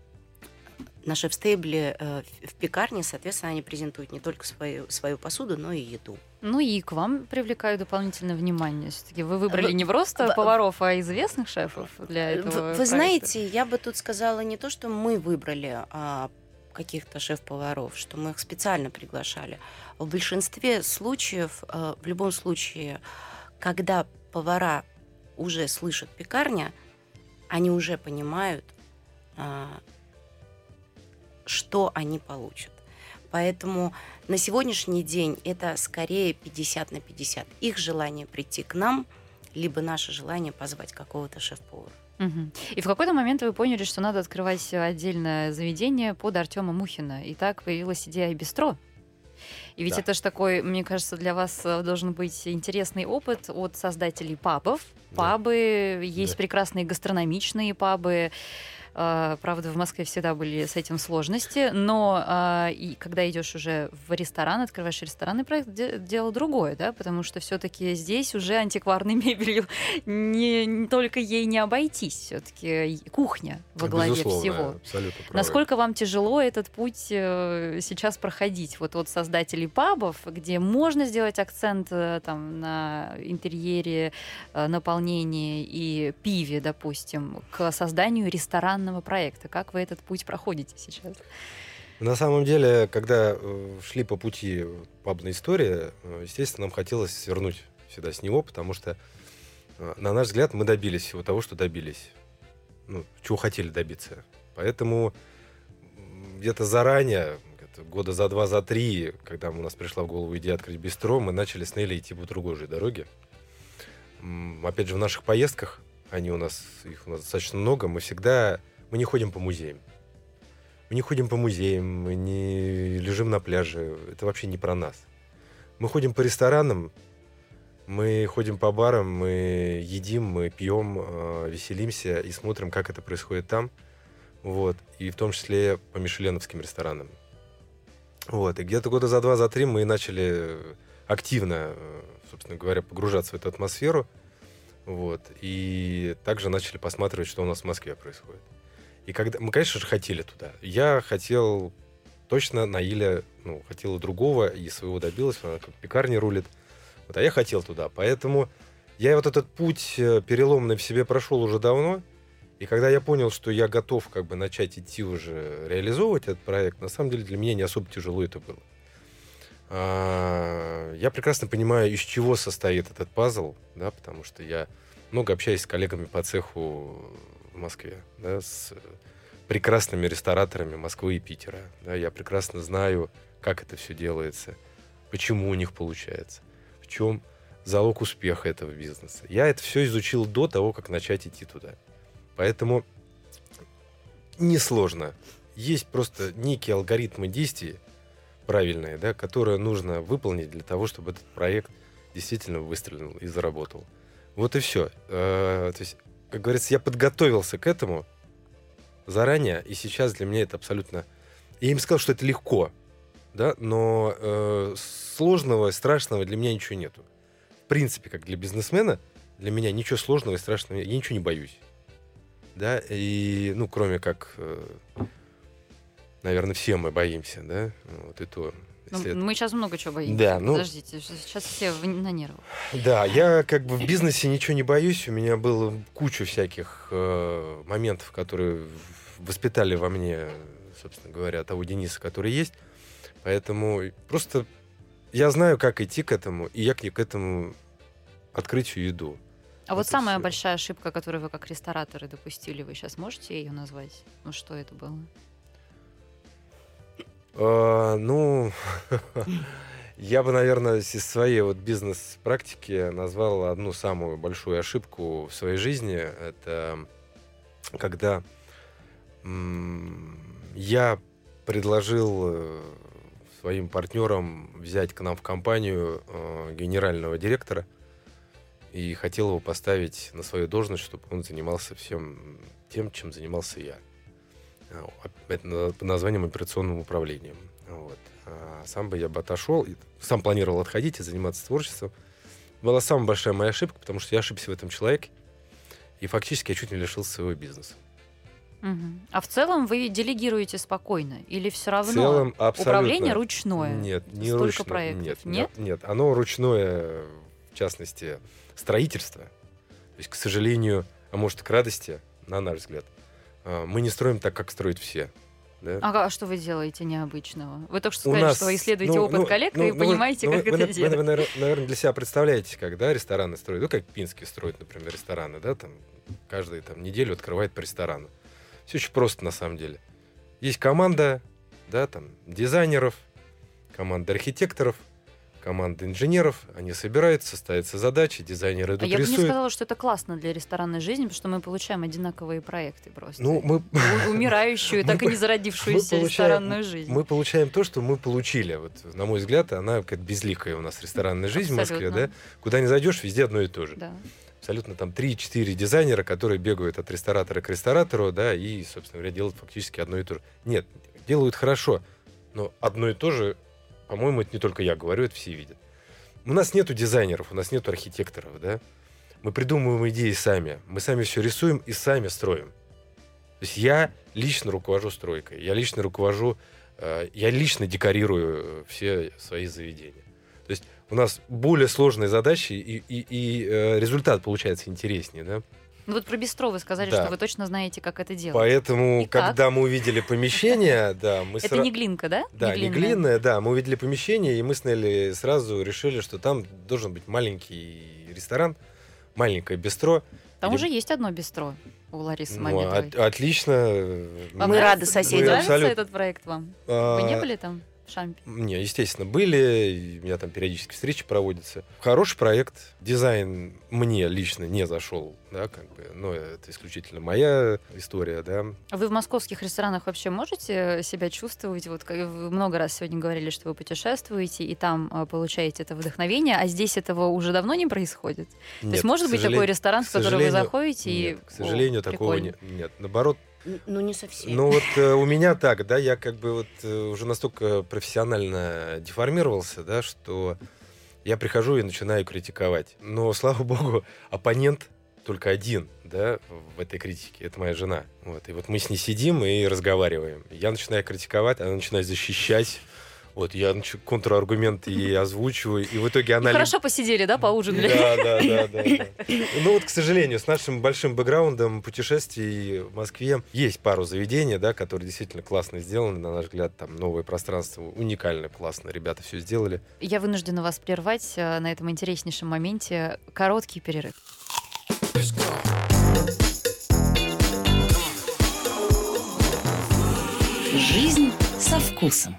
на шеф-стейбле э, в пекарне. Соответственно, они презентуют не только свою, свою посуду, но и еду. Ну и к вам привлекаю дополнительное внимание. Все-таки вы выбрали Вы- не просто в- поваров, а известных шефов для этого Вы, вы проекта. знаете, я бы тут сказала не то, что мы выбрали а, каких-то шеф-поваров, что мы их специально приглашали. В большинстве случаев, а, в любом случае, когда повара уже слышат пекарня, они уже понимают, а, что они получат. Поэтому на сегодняшний день это скорее пятьдесят на пятьдесят. Их желание прийти к нам, либо наше желание позвать какого-то шеф-повара. Мгм. И в какой-то момент вы поняли, что надо открывать отдельное заведение под Артема Мухина. И так появилась идея бистро. И ведь Да. это же такой, мне кажется, для вас э, должен быть интересный опыт от создателей пабов. Да. Пабы, есть Да. прекрасные гастрономичные пабы. Правда, в Москве всегда были с этим сложности, но и когда идешь уже в ресторан, открываешь ресторанный проект, дело другое, да, потому что все-таки здесь уже антикварной мебелью не, не только ей не обойтись, все-таки кухня во главе Безусловно, всего. абсолютно правы. Насколько вам тяжело этот путь сейчас проходить? Вот от создателей пабов, где можно сделать акцент там, на интерьере, наполнении и пиве, допустим, к созданию ресторанного проекта. Как вы этот путь проходите сейчас? На самом деле, когда шли по пути пабной истории, естественно, нам хотелось свернуть всегда с него, потому что, на наш взгляд, мы добились всего того, что добились. Ну, чего хотели добиться. Поэтому где-то заранее, где-то года за два, за три, когда у нас пришла в голову идея открыть бистро, мы начали с Нелли идти по другой же дороге. Опять же, в наших поездках, они у нас, их у нас достаточно много, мы всегда, мы не ходим по музеям. Мы не ходим по музеям, мы не лежим на пляже, это вообще не про нас. Мы ходим по ресторанам, мы ходим по барам, мы едим, мы пьем, веселимся и смотрим, как это происходит там. Вот. И в том числе по мишеленовским ресторанам. Вот. И где-то года за два, за три мы начали активно, собственно говоря, погружаться в эту атмосферу. Вот. И также начали посматривать, что у нас в Москве происходит. И когда... мы, конечно же, хотели туда. Я хотел точно на Иле, ну, хотел и другого, и своего добилась, она как пекарни рулит. Вот, а я хотел туда. Поэтому я вот этот путь переломный в себе прошел уже давно. И когда я понял, что я готов как бы начать идти уже реализовывать этот проект, на самом деле для меня не особо тяжело это было. А, я прекрасно понимаю, из чего состоит этот пазл, да, потому что я много общаюсь с коллегами по цеху в Москве, да, с прекрасными рестораторами Москвы и Питера. Да, я прекрасно знаю, как это все делается, почему у них получается, в чем залог успеха этого бизнеса. Я это все изучил до того, как начать идти туда. Поэтому несложно. Есть просто некие алгоритмы действий правильные, да, которые нужно выполнить для того, чтобы этот проект действительно выстрелил и заработал. Вот и все. То есть, как говорится, я подготовился к этому заранее, и сейчас для меня это абсолютно... Я им сказал, что это легко, да, но э, сложного, страшного для меня ничего нету. В принципе, как для бизнесмена, для меня ничего сложного и страшного, я ничего не боюсь. Да, и, ну, кроме как, э, наверное, все мы боимся, да, вот и то. Ну, это... Мы сейчас много чего боимся. Да, ну... Подождите, сейчас все на нервах. Да, я как бы в бизнесе ничего не боюсь, у меня было куча всяких э, моментов, которые воспитали во мне, собственно говоря, того Дениса, который есть, поэтому просто я знаю, как идти к этому, и я к этому открытию иду. А вот это самая все. большая ошибка, которую вы как рестораторы допустили, вы сейчас можете ее назвать? Ну, что это было? А, ну, я бы, наверное, из своей вот бизнес-практики назвал одну самую большую ошибку в своей жизни. Это когда м- я предложил своим партнерам взять к нам в компанию э, генерального директора и хотел его поставить на свою должность, чтобы он занимался всем тем, чем занимался я. Это под названием операционным управлением. Вот. А сам бы я бы отошел, и сам планировал отходить и заниматься творчеством. Была самая большая моя ошибка, потому что я ошибся в этом человеке, и фактически я чуть не лишился своего бизнеса. Угу. А в целом вы делегируете спокойно? Или все равно в целом, управление ручное? Нет, не Столько ручное. проектов? Нет, нет? Нет, оно ручное, в частности, строительство. То есть, к сожалению, а может и к радости, на наш взгляд, мы не строим так, как строят все. Да? А, а что вы делаете необычного? Вы только что У сказали, нас, что вы исследуете ну, опыт ну, коллег ну, и ну, понимаете, ну, как вы, это вы, делать. Вы, наверное, для себя представляете, как, да, рестораны строят. Ну, как Пинский строит, например, рестораны, да, там каждую там, неделю открывает по ресторану. Все очень просто, на самом деле. Есть команда, да, там, дизайнеров, команда архитекторов, команда инженеров, они собираются, ставятся задачи, дизайнеры идут, а я рисуют. бы не сказала, что это классно для ресторанной жизни, потому что мы получаем одинаковые проекты просто. Ну, мы... Умирающую, так и не зародившуюся ресторанную жизнь. Мы получаем то, что мы получили. Вот, на мой взгляд, она как безликая у нас ресторанная жизнь в Москве, да? Куда не зайдешь, везде одно и то же. Да. абсолютно там три-четыре дизайнера, которые бегают от ресторатора к ресторатору, да, и, собственно говоря, делают фактически одно и то же. Нет, делают хорошо, но одно и то же, по-моему, это не только я говорю, это все видят. У нас нету дизайнеров, у нас нету архитекторов, да. Мы придумываем идеи сами, мы сами все рисуем и сами строим. То есть я лично руковожу стройкой, я лично руковожу, э, я лично декорирую все свои заведения. То есть у нас более сложные задачи, и, и, и э, результат получается интереснее, да? Ну вот про бистро вы сказали, Да. что вы точно знаете, как это делать. Поэтому, И как? когда мы увидели помещение, да, мы Это сра- не глинка, да? Да, не глинная? глинное, да, мы увидели помещение, и мы с Нелли сразу решили, что там должен быть маленький ресторан, маленькое бистро. Там Или- уже есть одно бистро у Ларисы Ну, Мамедовой. от- отлично. Вам Мы нравится- рады соседям. Нравится Абсолютно. этот проект вам? А, Вы не были там в Шампе? Не, естественно, были. и У меня там периодически встречи проводятся. Хороший проект. Дизайн мне лично не зашел, да, как бы. Но это исключительно моя история, да. Вы в московских ресторанах вообще можете себя чувствовать? Вот как вы много раз сегодня говорили, что вы путешествуете и там э, получаете это вдохновение, а здесь этого уже давно не происходит? То есть может быть такой ресторан, в который вы заходите и... Нет, к сожалению, О, такого прикольно. не- нет. Наоборот, Н- Ну, не совсем. ну вот э, у меня так, да, я как бы вот э, уже настолько профессионально деформировался, да, что я прихожу и начинаю критиковать. Но, слава богу, оппонент только один, да, в этой критике. Это моя жена. Вот. И вот мы с ней сидим и разговариваем. Я начинаю критиковать, она начинает защищать. Вот, я нач- контраргументы ей озвучиваю, и в итоге И она... хорошо посидели, да, поужинали? Да, да, да, да, да. Ну вот, к сожалению, с нашим большим бэкграундом путешествий в Москве есть пару заведений, да, которые действительно классно сделаны, на наш взгляд, там новое пространство, уникально классно, ребята все сделали. Я вынуждена вас прервать э, на этом интереснейшем моменте. Короткий перерыв. Жизнь со вкусом.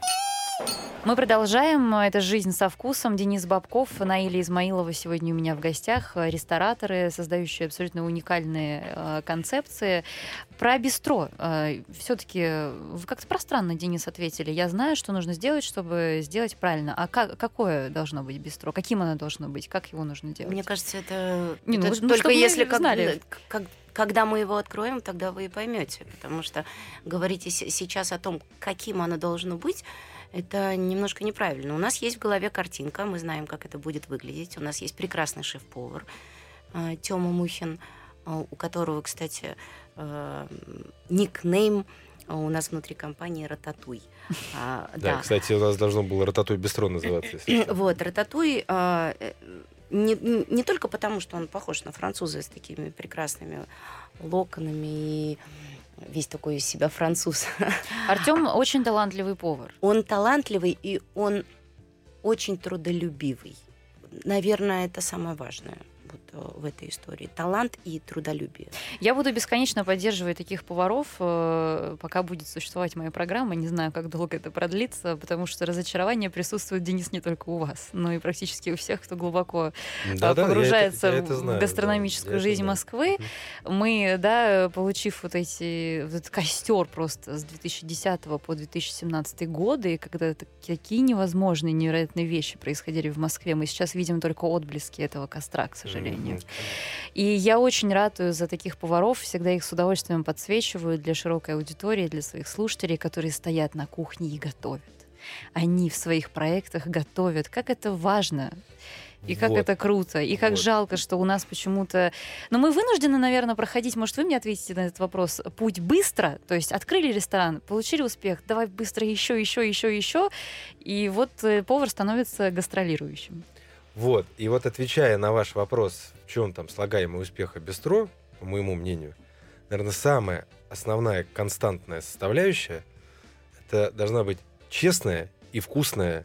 Мы продолжаем. Это «Жизнь со вкусом». Денис Бабков, Наиля Измаилова сегодня у меня в гостях. Рестораторы, создающие абсолютно уникальные э, концепции. Про бистро. Э, все-таки вы как-то пространно, Денис, ответили. Я знаю, что нужно сделать, чтобы сделать правильно. А как, какое должно быть бистро? Каким оно должно быть? Как его нужно делать? Мне кажется, это, Не, ну, это ну, только чтобы мы если как- знали. как- когда мы его откроем, тогда вы и поймете. Потому что говорите с- сейчас о том, каким оно должно быть, это немножко неправильно. У нас есть в голове картинка, мы знаем, как это будет выглядеть. У нас есть прекрасный шеф-повар э, Тёма Мухин, э, у которого, кстати, э, никнейм э, у нас внутри компании «Рататуй». А, Да, кстати, у нас должно было «Рататуй бистро» называться. если что. Вот, «Рататуй» э, э, не, не только потому, что он похож на француза с такими прекрасными локонами и весь такой из себя француз. Артём очень талантливый повар. Он талантливый и он очень трудолюбивый. Наверное, это самое важное вот э, в этой истории. Талант и трудолюбие. Я буду бесконечно поддерживать таких поваров, э, пока будет существовать моя программа. Не знаю, как долго это продлится, потому что разочарование присутствует, Денис, не только у вас, но и практически у всех, кто глубоко э, Да-да, я погружается это- я это в знаю, гастрономическую да, я это жизнь знаю. Москвы. Мы, да, получив вот эти вот этот костер просто с две тысячи десятого по две тысячи семнадцатый годы, когда такие невозможные, невероятные вещи происходили в Москве, мы сейчас видим только отблески этого костра, к сожалению. Мгм. И я очень ратую за таких поваров, всегда их с удовольствием подсвечиваю для широкой аудитории, для своих слушателей, которые стоят на кухне и готовят. Они в своих проектах готовят. Как это важно! И как Вот. это круто, и как Вот. жалко, что у нас почему-то... Но мы вынуждены, наверное, проходить, может, вы мне ответите на этот вопрос, путь быстро, то есть открыли ресторан, получили успех, давай быстро еще, еще, еще, еще, и вот э, повар становится гастролирующим. Вот, и вот отвечая на ваш вопрос, в чем там слагаемый успеха бистро, по моему мнению, наверное, самая основная константная составляющая это должна быть честная и вкусная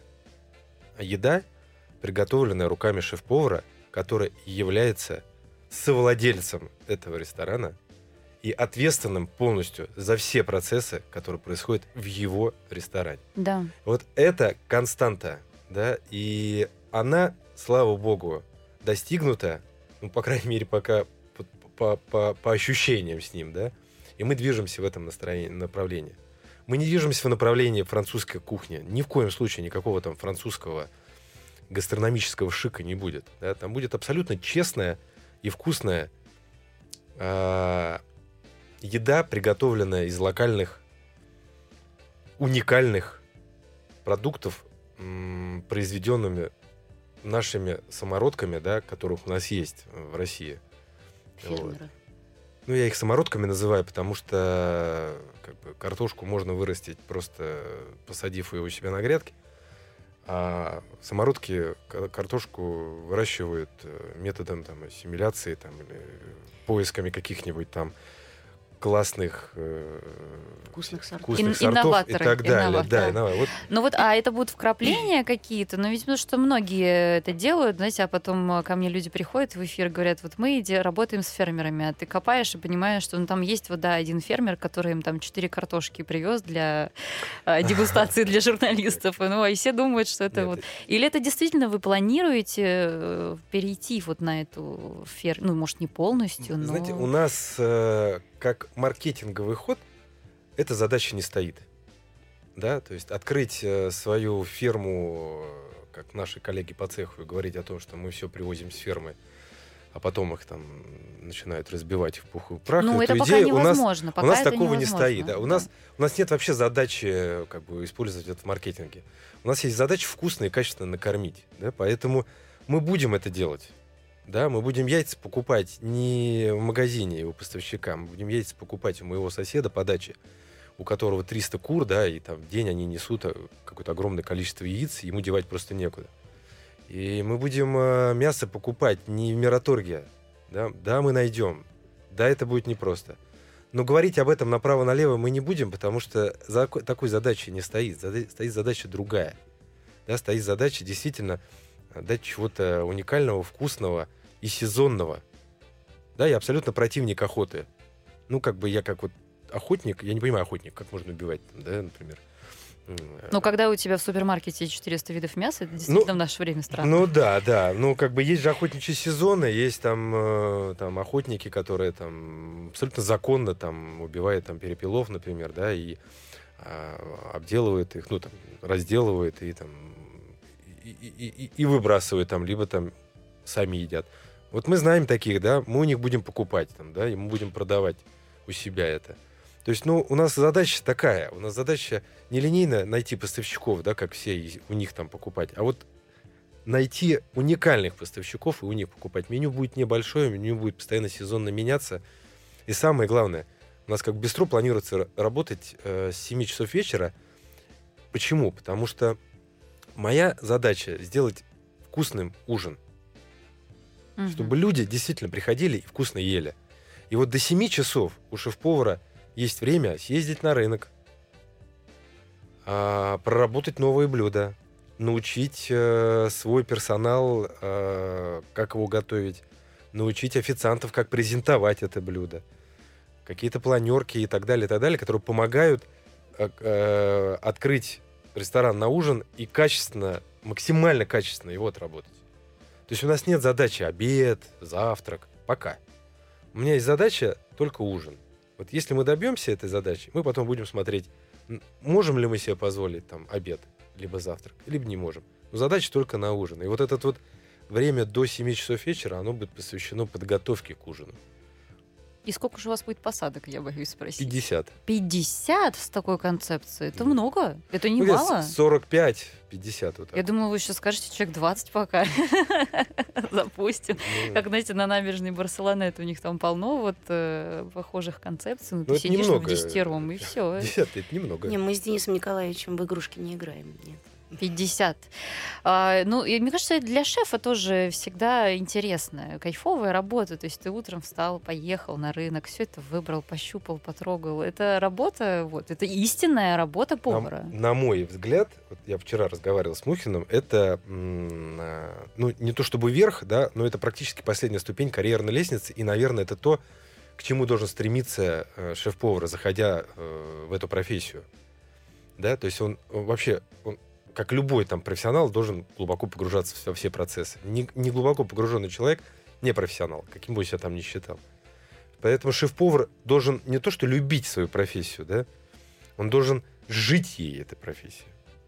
еда, приготовленная руками шеф-повара, который является совладельцем этого ресторана и ответственным полностью за все процессы, которые происходят в его ресторане. Да. Вот это константа, да, и она, слава богу, достигнута, ну, по крайней мере, пока по, по, по, по ощущениям с ним, да, и мы движемся в этом настроении, направлении. Мы не движемся в направлении французской кухни, ни в коем случае никакого там французского гастрономического шика не будет, да, там будет абсолютно честная и вкусная э, еда, приготовленная из локальных, уникальных продуктов, м, произведенными нашими самородками, да, которых у нас есть в России. Вот. Фермеры. Ну, я их самородками называю, потому что как бы, картошку можно вырастить, просто посадив ее у себя на грядке. А самородки ка- картошку выращивают э, методом там, ассимиляции там, или поисками каких-нибудь там классных, э, Вкусных сортов. вкусных Ин- сортов и инноваторы, так далее. инноваторы. Да, инноваторы. Вот Ну вот, а это будут вкрапления какие-то? Ну ведь потому что многие это делают, знаете, а потом э, ко мне люди приходят в эфир, говорят, вот мы иде- работаем с фермерами, а ты копаешь и понимаешь, что ну, там есть вот, да, один фермер, который им там четыре картошки привез для э, дегустации для журналистов. Ну, а и все думают, что это нет, вот... Или это действительно вы планируете э, перейти вот на эту ферму, ну, может, не полностью, но... Знаете, у нас э, как маркетинговый ход эта задача не стоит. Да? То есть открыть э, свою ферму, э, как наши коллеги по цеху, и говорить о том, что мы все привозим с фермы, а потом их там начинают разбивать в пух и прах. Ну, Эту это пока идею у нас, невозможно. Пока у нас это такого не невозможно, стоит. Да? У, нас, у нас нет вообще задачи как бы, использовать это в маркетинге. У нас есть задача вкусно и качественно накормить. Да? Поэтому мы будем это делать. Да, мы будем яйца покупать не в магазине у поставщика, мы будем яйца покупать у моего соседа по даче, у которого триста кур, да, и там в день они несут какое-то огромное количество яиц, ему девать просто некуда. И мы будем э, мясо покупать не в Мираторге, да, да, мы найдем, да, это будет непросто. Но говорить об этом направо-налево мы не будем, потому что за такой задачей не стоит, Зада- стоит задача другая. Да, стоит задача действительно дать чего-то уникального, вкусного и сезонного. Да, я абсолютно противник охоты. Ну, как бы я как вот охотник, я не понимаю охотник, как можно убивать, да, например. Ну, когда у тебя в супермаркете четыреста видов мяса, это действительно Ну, в наше время странно. Ну да, да. Ну, как бы есть же охотничьи сезоны, есть там, э, там охотники, которые там абсолютно законно там убивают там перепелов, например, да, и э, обделывают их, ну, там, разделывают и там и, и, и, и выбрасывают там, либо там сами едят. Вот мы знаем таких, да, мы у них будем покупать там, да, и мы будем продавать у себя это. То есть, ну, у нас задача такая, у нас задача не линейно найти поставщиков, да, как все, и у них там покупать, а вот найти уникальных поставщиков и у них покупать. Меню будет небольшое, меню будет постоянно сезонно меняться. И самое главное, у нас как бистро планируется работать э, с семи часов вечера. Почему? Потому что моя задача сделать вкусным ужин, Мгм. чтобы люди действительно приходили и вкусно ели. И вот до семи часов у шеф-повара есть время съездить на рынок, а, проработать новые блюда, научить э, свой персонал, э, как его готовить, научить официантов, как презентовать это блюдо, какие-то планерки и так далее, и так далее, которые помогают э, э, открыть ресторан на ужин и качественно, максимально качественно его отработать. То есть у нас нет задачи обед, завтрак, пока. У меня есть задача только ужин. Вот если мы добьемся этой задачи, мы потом будем смотреть, м, можем ли мы себе позволить там обед, либо завтрак, либо не можем. Но задача только на ужин. И вот это вот время до семи часов вечера, оно будет посвящено подготовке к ужину. И сколько же у вас будет посадок, я боюсь спросить? пятьдесят. пятьдесят с такой концепцией? Это Ну, много? Это не Ну, где-то мало? сорок пять пятьдесят вот так. Я думала, вы сейчас скажете человек двадцать пока запустим. Ну, Как, знаете, на набережной Барселоны, у них там полно вот э, похожих концепций. Ну, ты это сидишь немного. в десятером, и все. пятьдесят это немного. Не, мы с Денисом Николаевичем в игрушки не играем. Нет. пятьдесят. А, ну, и мне кажется, для шефа тоже всегда интересная, кайфовая работа. То есть ты утром встал, поехал на рынок, все это выбрал, пощупал, потрогал. Это работа, вот, это истинная работа повара. На, на мой взгляд, вот я вчера разговаривал с Мухиным, это, м, а, ну, не то чтобы верх, да, но это практически последняя ступень карьерной лестницы, и, наверное, это то, к чему должен стремиться э, шеф-повар, заходя э, в эту профессию. Да, то есть он, он вообще, он, как любой там профессионал, должен глубоко погружаться во все процессы. Не, не глубоко погруженный человек не профессионал, каким бы он себя там ни считал. Поэтому шеф-повар должен не то что любить свою профессию, да, он должен жить ей, этой профессией.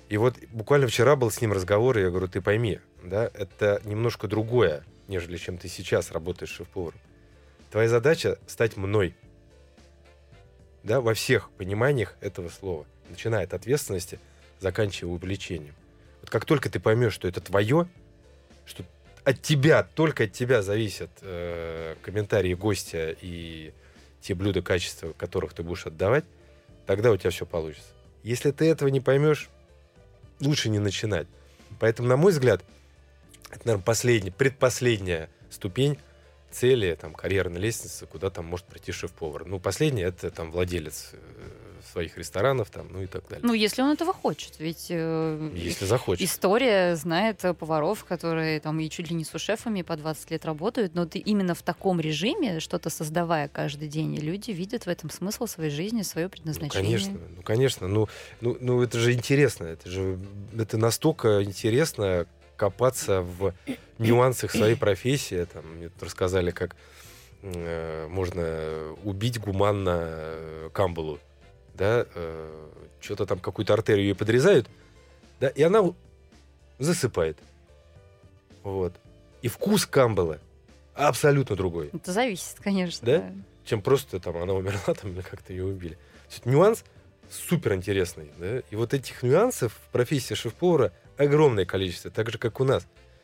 И вот буквально вчера был с ним разговор, и я говорю, ты пойми, да, это немножко другое, нежели чем ты сейчас работаешь шеф-поваром. Твоя задача стать мной. Да, во всех пониманиях этого слова. Начиная от ответственности, заканчивая увлечением. Вот как только ты поймешь, что это твое, что от тебя, только от тебя зависят э, комментарии гостя и те блюда, качества, которых ты будешь отдавать, тогда у тебя все получится. Если ты этого не поймешь, лучше не начинать. Поэтому, на мой взгляд, это, наверное, последняя, предпоследняя ступень цели, там, карьерной лестницы, куда там может прийти шеф-повар. Ну, последняя — это там владелец своих ресторанов, там, ну и так далее. Ну, если он этого хочет, ведь э, если захочет. История знает поваров, которые там и чуть ли не су-шефами по двадцать лет работают, но ты именно в таком режиме, что-то создавая каждый день, и люди видят в этом смысл своей жизни, свое предназначение. Ну, конечно, ну, конечно. Ну, ну, ну, это же интересно. Это же это настолько интересно копаться в нюансах своей профессии. Там, мне тут рассказали, как э, можно убить гуманно э, камбалу. Да, э, что-то там, какую-то артерию ей подрезают, да, и она засыпает. Вот. И вкус камбалы абсолютно другой. Это зависит, конечно. Да? Да? Чем просто там она умерла, там, или как-то ее убили. Нюанс супер интересный. Да? И вот этих нюансов в профессии шеф-повара огромное количество, так же, как у нас.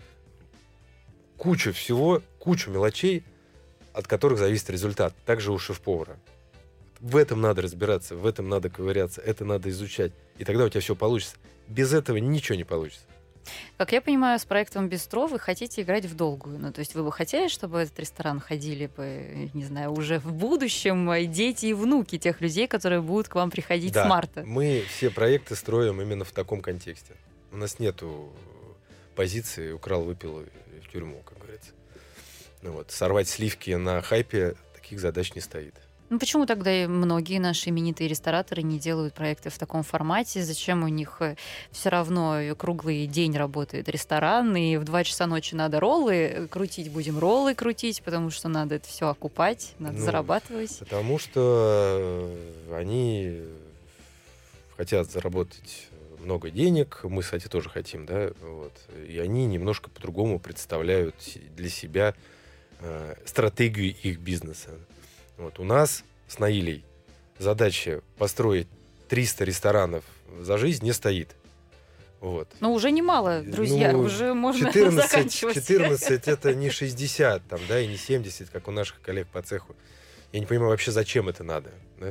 Куча всего, куча мелочей, от которых зависит результат. Также у шеф-повара. В этом надо разбираться, в этом надо ковыряться, это надо изучать. И тогда у тебя все получится. Без этого ничего не получится. Как я понимаю, с проектом «Бистро» вы хотите играть в долгую. Ну, то есть вы бы хотели, чтобы этот ресторан ходили бы, не знаю, уже в будущем дети и внуки тех людей, которые будут к вам приходить да, с марта? Мы все проекты строим именно в таком контексте. У нас нету позиции «украл, выпил и в тюрьму», как говорится. Ну, вот. Сорвать сливки на хайпе, таких задач не стоит. Ну почему тогда и многие наши именитые рестораторы не делают проекты в таком формате? Зачем у них все равно круглый день работает ресторан, и в два часа ночи надо роллы крутить, будем роллы крутить, потому что надо это все окупать, надо ну, зарабатывать? Потому что они хотят заработать много денег, мы, кстати, тоже хотим, да, вот, и они немножко по-другому представляют для себя э, стратегию их бизнеса. Вот, у нас с Наилей задача построить триста ресторанов за жизнь не стоит. Вот. Ну, уже немало, друзья, ну, уже можно четырнадцать, заканчивать. четырнадцать это не шестьдесят, там, да, и не семьдесят, как у наших коллег по цеху. Я не понимаю вообще, зачем это надо. Да?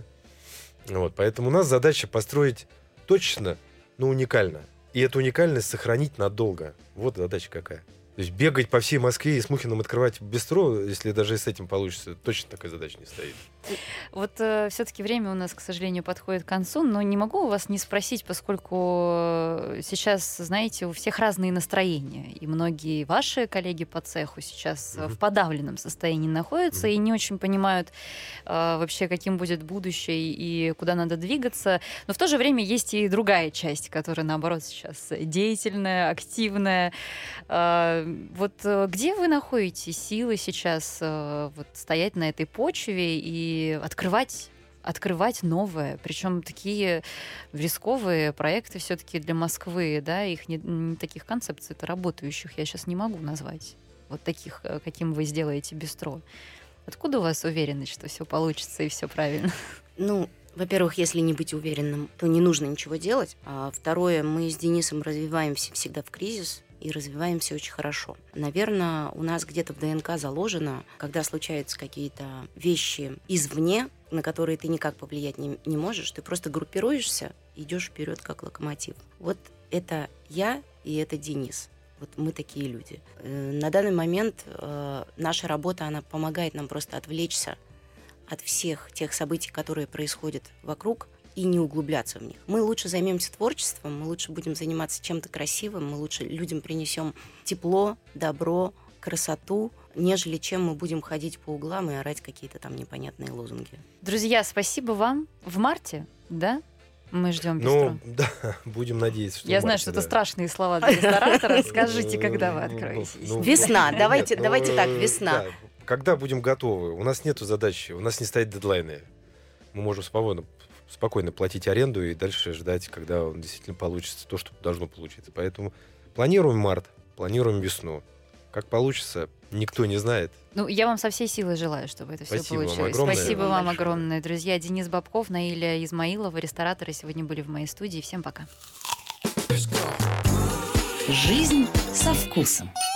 Вот, поэтому у нас задача построить точно, но уникально. И эту уникальность сохранить надолго. Вот задача какая. То есть бегать по всей Москве и с Мухиным открывать бистро, если даже и с этим получится, точно такая задача не стоит. Вот э, все-таки время у нас, к сожалению, подходит к концу, но не могу у вас не спросить, поскольку сейчас, знаете, у всех разные настроения, и многие ваши коллеги по цеху сейчас mm-hmm. в подавленном состоянии находятся mm-hmm. и не очень понимают э, вообще, каким будет будущее и куда надо двигаться, но в то же время есть и другая часть, которая, наоборот, сейчас деятельная, активная. Э, Вот где вы находите силы сейчас вот, стоять на этой почве и открывать, открывать новое, причем такие рисковые проекты все-таки для Москвы, да, их не, не таких концепций-то работающих я сейчас не могу назвать, вот таких, каким вы сделаете бистро. Откуда у вас уверенность, что все получится и все правильно? Ну, во-первых, если не быть уверенным, то не нужно ничего делать. А второе, мы с Денисом развиваемся всегда в кризис. И развиваемся очень хорошо. Наверное, у нас где-то в ДНК заложено, когда случаются какие-то вещи извне, на которые ты никак повлиять не, не можешь, ты просто группируешься, идешь вперед как локомотив. Вот это я и это Денис. Вот мы такие люди. На данный момент наша работа, она помогает нам просто отвлечься от всех тех событий, которые происходят вокруг, и не углубляться в них. Мы лучше займемся творчеством, мы лучше будем заниматься чем-то красивым, мы лучше людям принесем тепло, добро, красоту, нежели чем мы будем ходить по углам и орать какие-то там непонятные лозунги. Друзья, спасибо вам. В марте, да? Мы ждем бистро. Ну, да, будем надеяться, что Я в знаю, марте, что да. это страшные слова для ресторатора. Скажите, когда вы откроетесь. Весна, давайте, давайте так, весна. Когда будем готовы? У нас нету задачи, у нас не стоит дедлайны. Мы можем свободно спокойно платить аренду и дальше ждать, когда он действительно получится то, что должно получиться. Поэтому планируем март, планируем весну. Как получится, никто не знает. Ну, я вам со всей силы желаю, чтобы это все Спасибо вам получилось. огромное. Спасибо Спасибо вам большое. огромное, друзья. Денис Бобков, Наиля Измаилова, рестораторы, сегодня были в моей студии. Всем пока. Жизнь со вкусом.